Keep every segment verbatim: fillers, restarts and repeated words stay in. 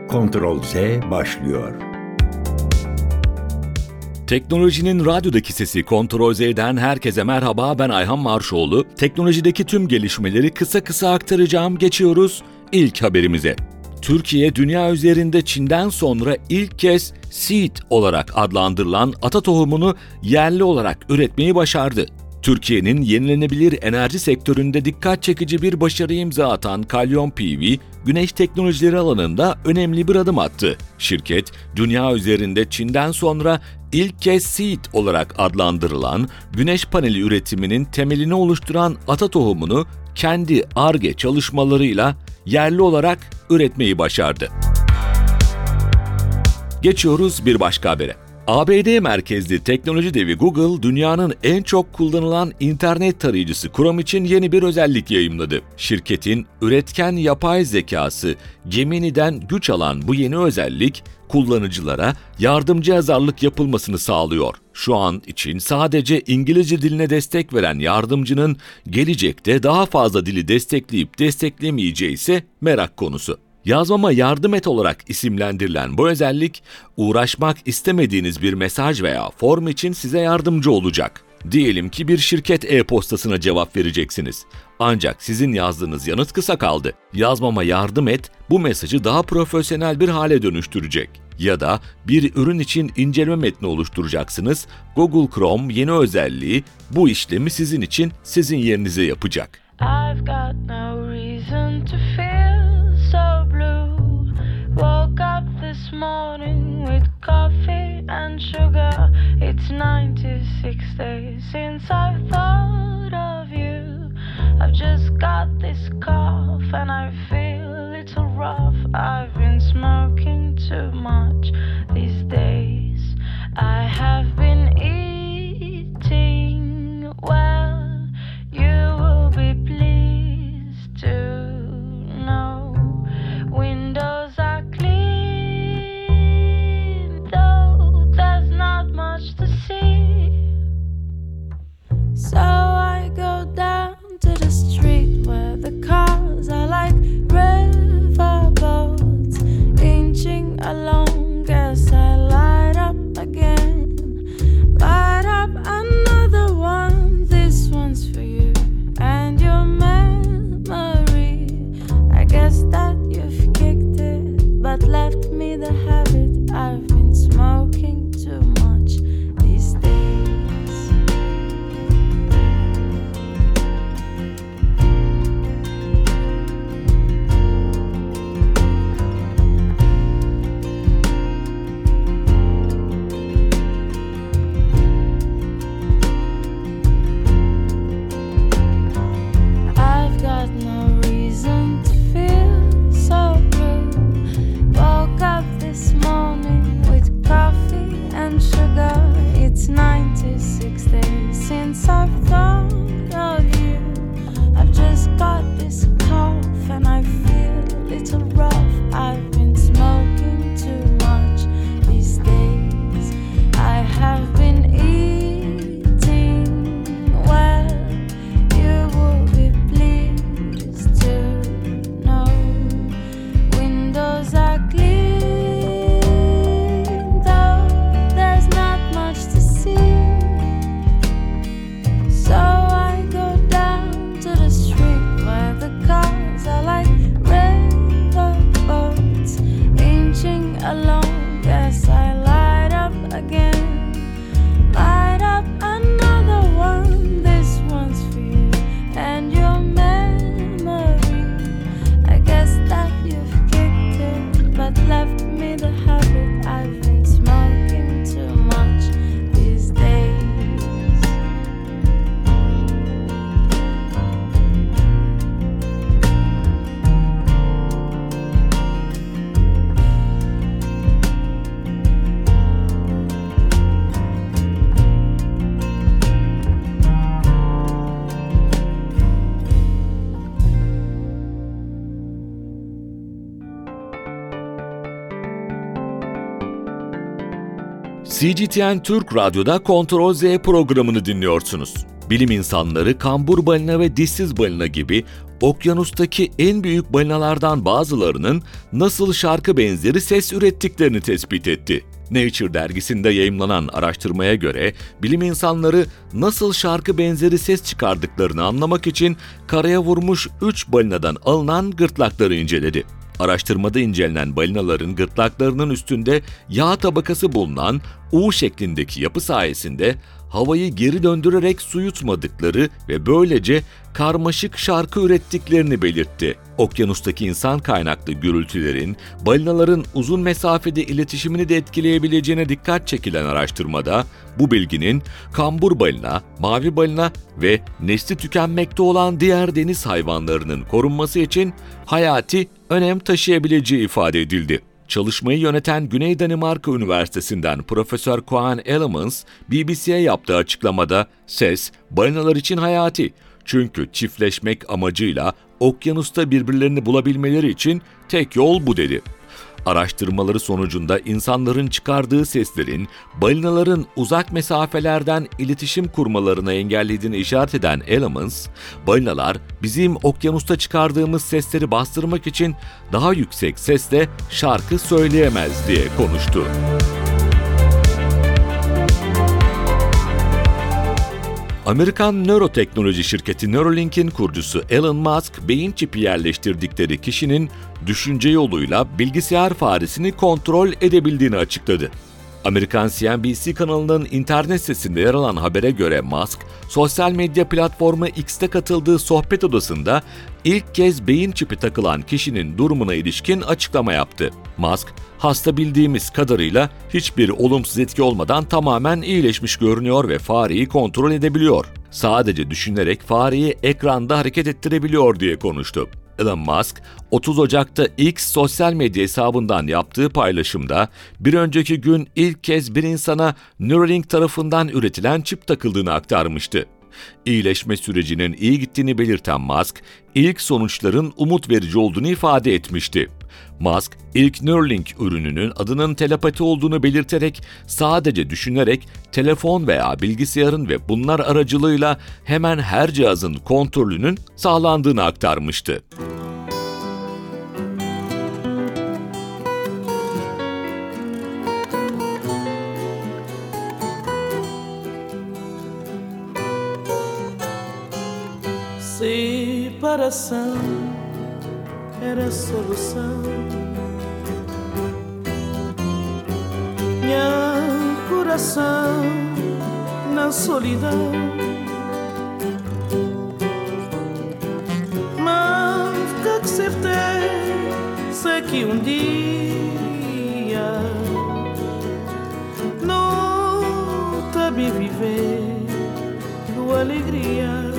Kontrol Z başlıyor. Teknolojinin radyodaki sesi Kontrol Z'den herkese merhaba, ben Ayhan Marşoğlu. Teknolojideki tüm gelişmeleri kısa kısa aktaracağım. Geçiyoruz ilk haberimize. Türkiye, dünya üzerinde Çin'den sonra ilk kez seed olarak adlandırılan ata tohumunu yerli olarak üretmeyi başardı. Türkiye'nin yenilenebilir enerji sektöründe dikkat çekici bir başarı imza atan Kalyon P V, güneş teknolojileri alanında önemli bir adım attı. Şirket, dünya üzerinde Çin'den sonra ilk kez seed olarak adlandırılan güneş paneli üretiminin temelini oluşturan ata tohumunu kendi Ar-Ge çalışmalarıyla yerli olarak üretmeyi başardı. Geçiyoruz bir başka habere. A B D merkezli teknoloji devi Google, dünyanın en çok kullanılan internet tarayıcısı Chrome için yeni bir özellik yayımladı. Şirketin üretken yapay zekası Gemini'den güç alan bu yeni özellik, kullanıcılara yardımcı yazarlık yapılmasını sağlıyor. Şu an için sadece İngilizce diline destek veren yardımcının gelecekte daha fazla dili destekleyip desteklemeyeceği ise merak konusu. Yazmama yardım et olarak isimlendirilen bu özellik, uğraşmak istemediğiniz bir mesaj veya form için size yardımcı olacak. Diyelim ki bir şirket e-postasına cevap vereceksiniz. Ancak sizin yazdığınız yanıt kısa kaldı. Yazmama yardım et bu mesajı daha profesyonel bir hale dönüştürecek. Ya da bir ürün için inceleme metni oluşturacaksınız. Google Chrome yeni özelliği bu işlemi sizin için sizin yerinize yapacak. I've got no reason to feel so blue. Woke up this morning with coffee and sugar. It's ninety-six days since I've thought of you. I've just got this cough and I feel a little rough. I've been smoking too much these days. I have been eating well. You will be pleased to know windows are clean, though there's not much to see. So I go down to the street where the cars are like river boats, inching along as I light up again, light up another one. This one's for you and your memory. I guess that you've kicked it, but left me the habit. I've been smoking too much these days. ninety-six days since I've thought of you. I've just got this cough and I feel a little rough. I've been smoking too much these days. I have been eating well. You will be pleased to know windows are clean, though there's not much to see. So I go down to the street where the cars are like river boats, inching along as I light up again, light up another one. This one's for you and your memory. I guess that you've kicked it, but left me the habit. I've been smoking too much these days. C G T N Türk Radyo'da Kontrol Z programını dinliyorsunuz. Bilim insanları kambur balina ve dişsiz balina gibi okyanustaki en büyük balinalardan bazılarının nasıl şarkı benzeri ses ürettiklerini tespit etti. Nature dergisinde yayımlanan araştırmaya göre bilim insanları nasıl şarkı benzeri ses çıkardıklarını anlamak için karaya vurmuş üç balinadan alınan gırtlakları inceledi. Araştırmada incelenen balinaların gırtlaklarının üstünde yağ tabakası bulunan U şeklindeki yapı sayesinde havayı geri döndürerek su yutmadıkları ve böylece karmaşık şarkı ürettiklerini belirtti. Okyanustaki insan kaynaklı gürültülerin balinaların uzun mesafede iletişimini de etkileyebileceğine dikkat çekilen araştırmada bu bilginin kambur balina, mavi balina ve nesli tükenmekte olan diğer deniz hayvanlarının korunması için hayati önem taşıyabileceği ifade edildi. Çalışmayı yöneten Güney Danimarka Üniversitesi'nden Profesör Koen Elemans, B B C'ye yaptığı açıklamada ses, balinalar için hayati. Çünkü çiftleşmek amacıyla okyanusta birbirlerini bulabilmeleri için tek yol bu dedi. Araştırmaları sonucunda insanların çıkardığı seslerin balinaların uzak mesafelerden iletişim kurmalarına engellediğini işaret eden Elemans, balinalar bizim okyanusta çıkardığımız sesleri bastırmak için daha yüksek sesle şarkı söyleyemez diye konuştu. Amerikan nöroteknoloji şirketi Neuralink'in kurucusu Elon Musk, beyin çipi yerleştirdikleri kişinin düşünce yoluyla bilgisayar faresini kontrol edebildiğini açıkladı. Amerikan C N B C kanalının internet sitesinde yer alan habere göre Musk, sosyal medya platformu X'te katıldığı sohbet odasında ilk kez beyin çipi takılan kişinin durumuna ilişkin açıklama yaptı. Musk, hasta bildiğimiz kadarıyla hiçbir olumsuz etki olmadan tamamen iyileşmiş görünüyor ve fareyi kontrol edebiliyor. Sadece düşünerek fareyi ekranda hareket ettirebiliyor diye konuştu. Elon Musk, otuz Ocak'ta X sosyal medya hesabından yaptığı paylaşımda bir önceki gün ilk kez bir insana Neuralink tarafından üretilen çip takıldığını aktarmıştı. İyileşme sürecinin iyi gittiğini belirten Musk, ilk sonuçların umut verici olduğunu ifade etmişti. Musk, ilk Neuralink ürününün adının telepati olduğunu belirterek sadece düşünerek telefon veya bilgisayarın ve bunlar aracılığıyla hemen her cihazın kontrolünün sağlandığını aktarmıştı. Separação era solução. Minha coração na solidão, mas que certeza que um dia não também viver com alegria.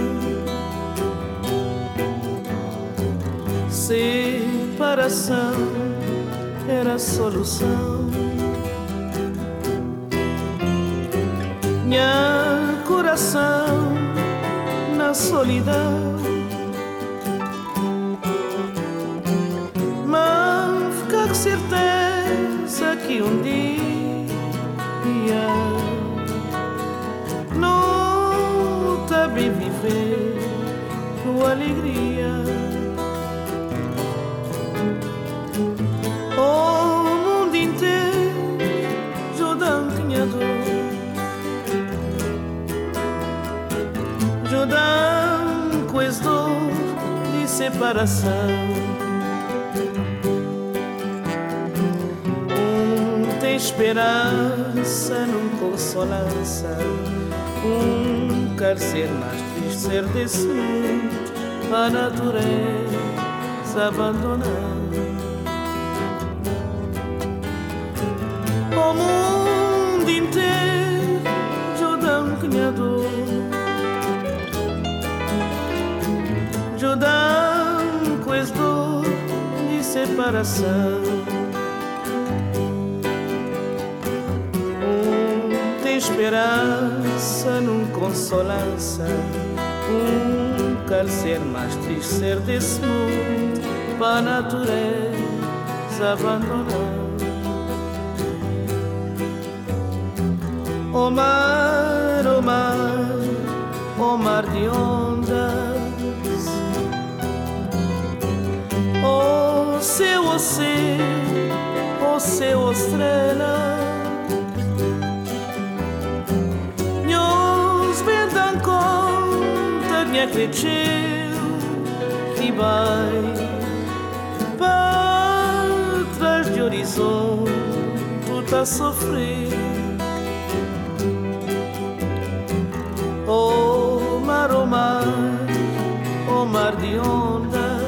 Separação era solução. Minha coração na solidão, mas fica com certeza que um dia não também viver com alegria. Judão com esse dor de separação, um tem esperança, não consolança, um quer ser mais triste, ser desse mundo, a natureza abandonar. O mundo inteiro, Judão cunhador, Judão com esse dor de separação, um tem esperança, não consolança, um quer ser mais triste, ser desse mundo, para a natureza abandonar. O mar, o mar, o mar de ondas, você estrela. Nós vendam conta minha cresceu que vai para trás de horizonte, tu tá sofrendo. Oh mar, oh mar, oh mar de ondas,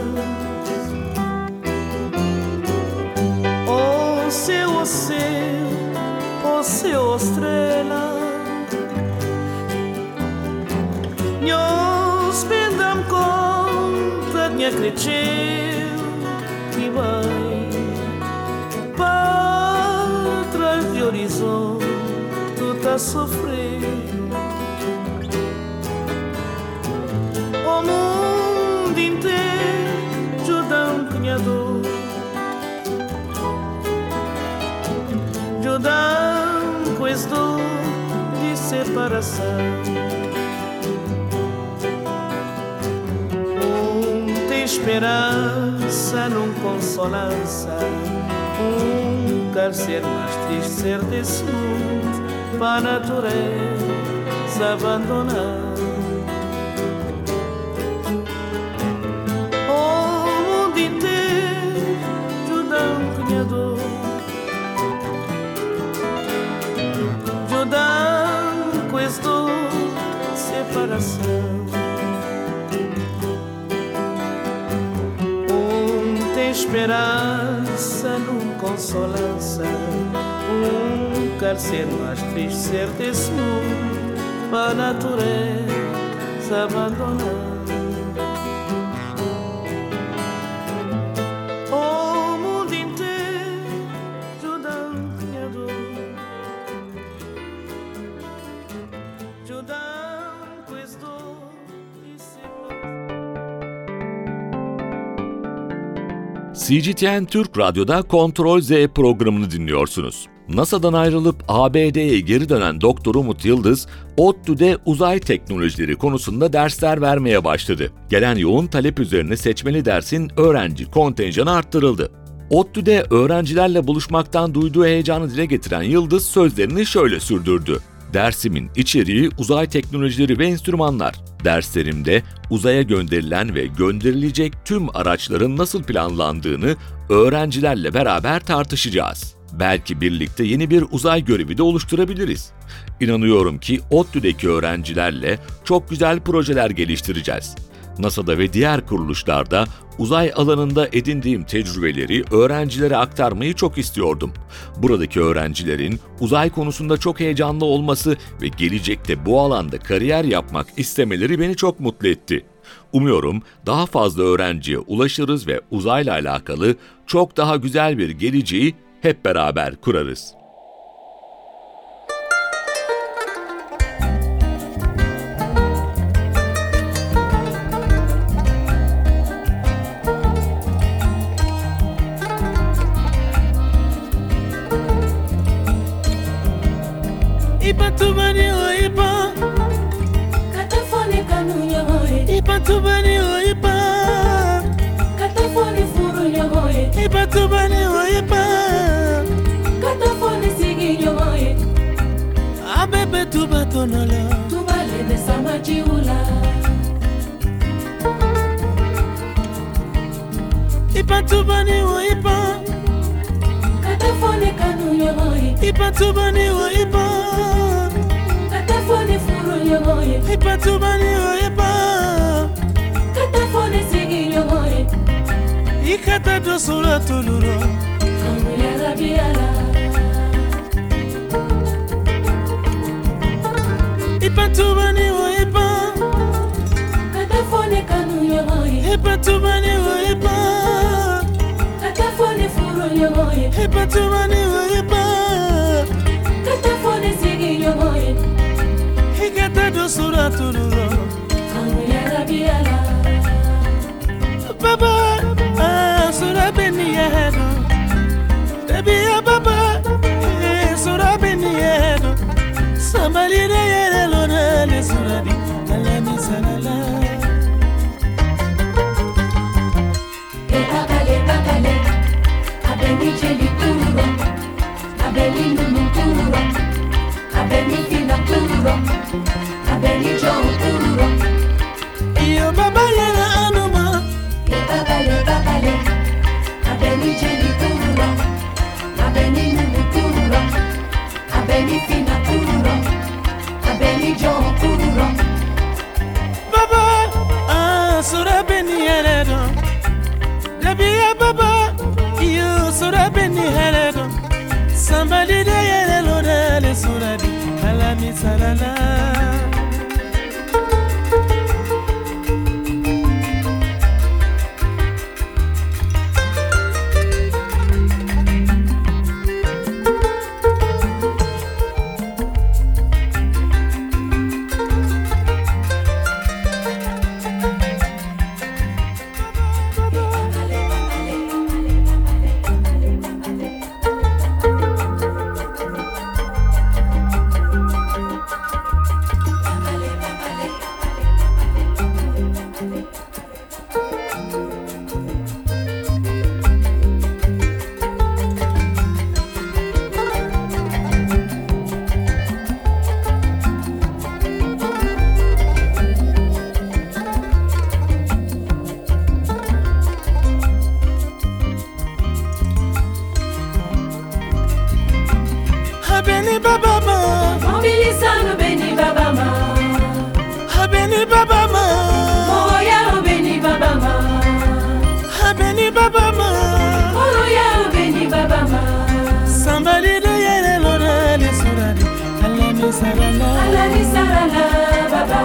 oh céu, oh céu, oh céu, estrela. Nós vendam conta minha cresceu que vai para trás de horizonte, tu tá sofrendo. O mundo inteiro ajuda um cunhador, ajuda um questão de separação. Um tem esperança, não consolança. Um quer ser mais triste, ser desse mundo, para a natureza abandonar. Ajudam com esta separação. Um tem esperança, não consolança. Um quer ser mais triste, ser desse mundo, para a natureza abandonar. C G T N Türk Radyo'da Kontrol Z programını dinliyorsunuz. NASA'dan ayrılıp A B D'ye geri dönen Doktor Umut Yıldız, ODTÜ'de uzay teknolojileri konusunda dersler vermeye başladı. Gelen yoğun talep üzerine seçmeli dersin öğrenci kontenjanı arttırıldı. ODTÜ'de öğrencilerle buluşmaktan duyduğu heyecanı dile getiren Yıldız sözlerini şöyle sürdürdü. Dersimin içeriği uzay teknolojileri ve enstrümanlar. Derslerimde uzaya gönderilen ve gönderilecek tüm araçların nasıl planlandığını öğrencilerle beraber tartışacağız. Belki birlikte yeni bir uzay görevi de oluşturabiliriz. İnanıyorum ki ODTÜ'deki öğrencilerle çok güzel projeler geliştireceğiz. NASA'da ve diğer kuruluşlarda uzay alanında edindiğim tecrübeleri öğrencilere aktarmayı çok istiyordum. Buradaki öğrencilerin uzay konusunda çok heyecanlı olması ve gelecekte bu alanda kariyer yapmak istemeleri beni çok mutlu etti. Umuyorum daha fazla öğrenciye ulaşırız ve uzayla alakalı çok daha güzel bir geleceği hep beraber kurarız. Ipa tubani o ipa, katafone kanunya hoye. ipa tubani o ipa, Katafone furunya hoye. ipa tubani o ipa, Katafone siginyo hoye. abebe tuba tonala, Tubale de samajiula. ipa tubani o ipa, Katafone kanunya hoye. ipa tubani o ipa, Katafone furunya hoye. ipa tubani o ipa, Katafone siginyo hoye. ikata dosura tuluro, Kanuya rabiala. ipa tubani o ipa, Katafone kanunya hoye. ipa tubani o ipa, Katafone furunya hoye. ipa tubani o ipa, Katafone siginyo hoye. ikata dosura tuluro. Kanuya rabiala. Baba, ah, sura beni yedo. Debi ya baba, eh, sura beni yedo. Somebody de yere lona le sura di, alami salala. Le bakale bakale. Abengi cheli kuro. Somebody de yere lona le suradi alami sarala. Habeni baba ma, Mobilisano beni baba ma. habeni baba ma, Moya beni baba ma. habeni baba ma. Moya beni baba ma. Somebody de yere lona le suradi alami sarala. Alani sarala baba.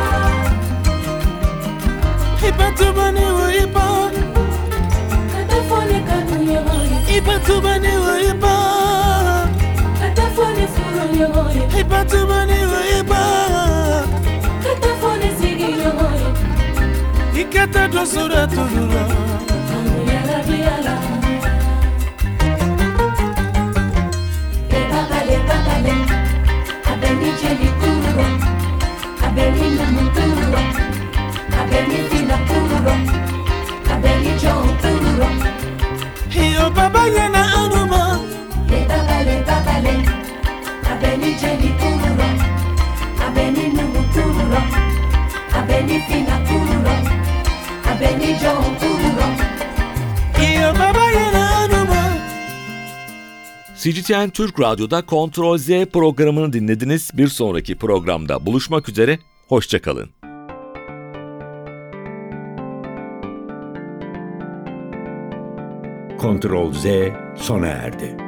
Ipa tubani wo ipa, Katafone kanu yoye. ipa tubani wo ipa, Katafone furo yoye. ipa tubani wo ipa. Katafone sigi yoye. Ikata do sura tudura. Kanu yara biala. Le baba le baba le. Abeni jeli kuro. Abeni namuturo. Abeni fina kuro. Abeni john kuro. Hiyo baba yana anuma, Le baba le baba le. Abeni jeli kuro. Abeni namuturo. Abeni fina kuro. Abeni john kuro. hiyo baba yana anuma. C G T N Türk Radyo'da Kontrol Z programını dinlediniz. Bir sonraki programda buluşmak üzere, hoşça kalın. Kontrol Z sona erdi.